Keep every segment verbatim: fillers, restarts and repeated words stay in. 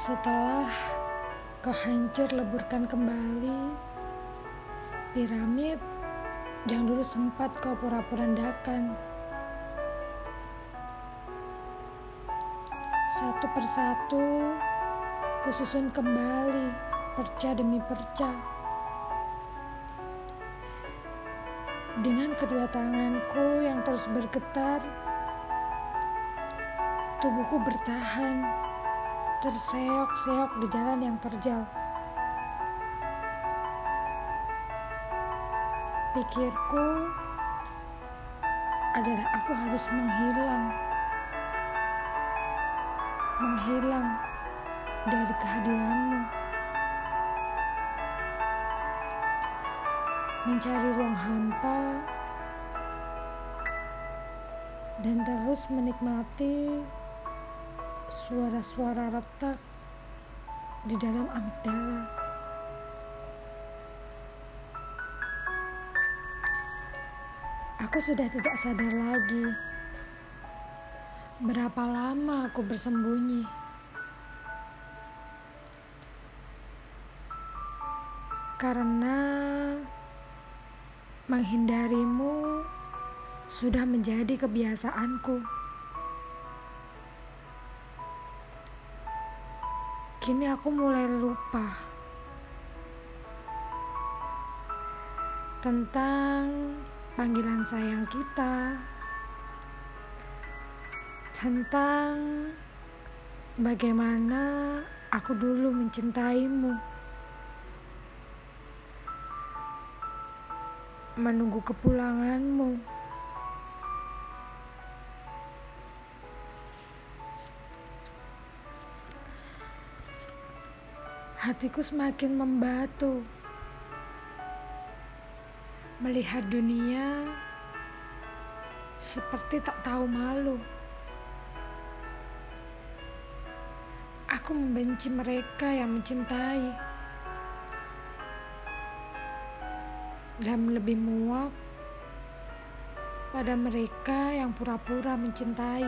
Setelah kau hancur leburkan kembali piramid yang dulu sempat kau pura-porandakan. Satu persatu kususun kembali perca demi perca. Dengan kedua tanganku yang terus bergetar, tubuhku bertahan, terseok-seok di jalan yang terjal. Pikirku adalah aku harus menghilang, menghilang dari kehadiranmu, mencari ruang hampa, dan terus menikmati suara-suara retak di dalam amigdala. Aku sudah tidak sadar lagi berapa lama aku bersembunyi. Karena menghindarimu sudah menjadi kebiasaanku. Kini aku mulai lupa tentang panggilan sayang kita, tentang bagaimana aku dulu mencintaimu, menunggu kepulanganmu. Hatiku semakin membatu melihat dunia seperti tak tahu malu. Aku membenci mereka yang mencintai dan lebih muak pada mereka yang pura-pura mencintai.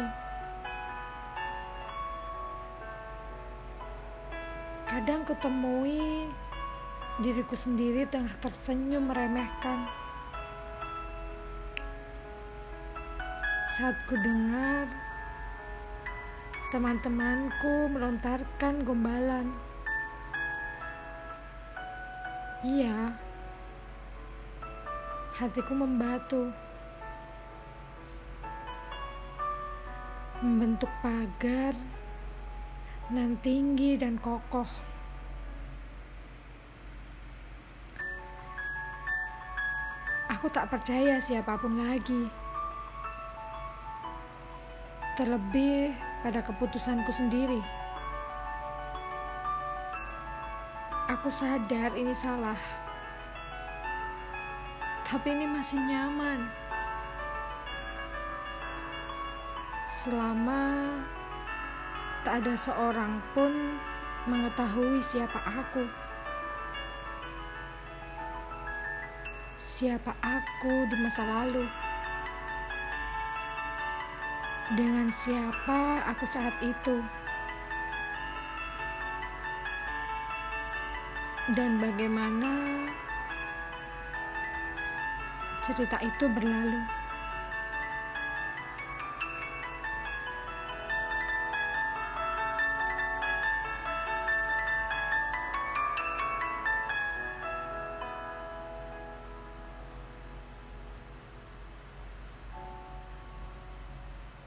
Kadang kutemui diriku sendiri tengah tersenyum meremehkan saat ku dengar teman-temanku melontarkan gombalan. Iya, hatiku membatu, membentuk pagar nan tinggi dan kokoh. Aku tak percaya siapapun lagi, terlebih pada keputusanku sendiri. Aku sadar ini salah, tapi ini masih nyaman. Selama tak ada seorang pun mengetahui siapa aku. Siapa aku di masa lalu. Dengan siapa aku saat itu. Dan bagaimana cerita itu berlalu.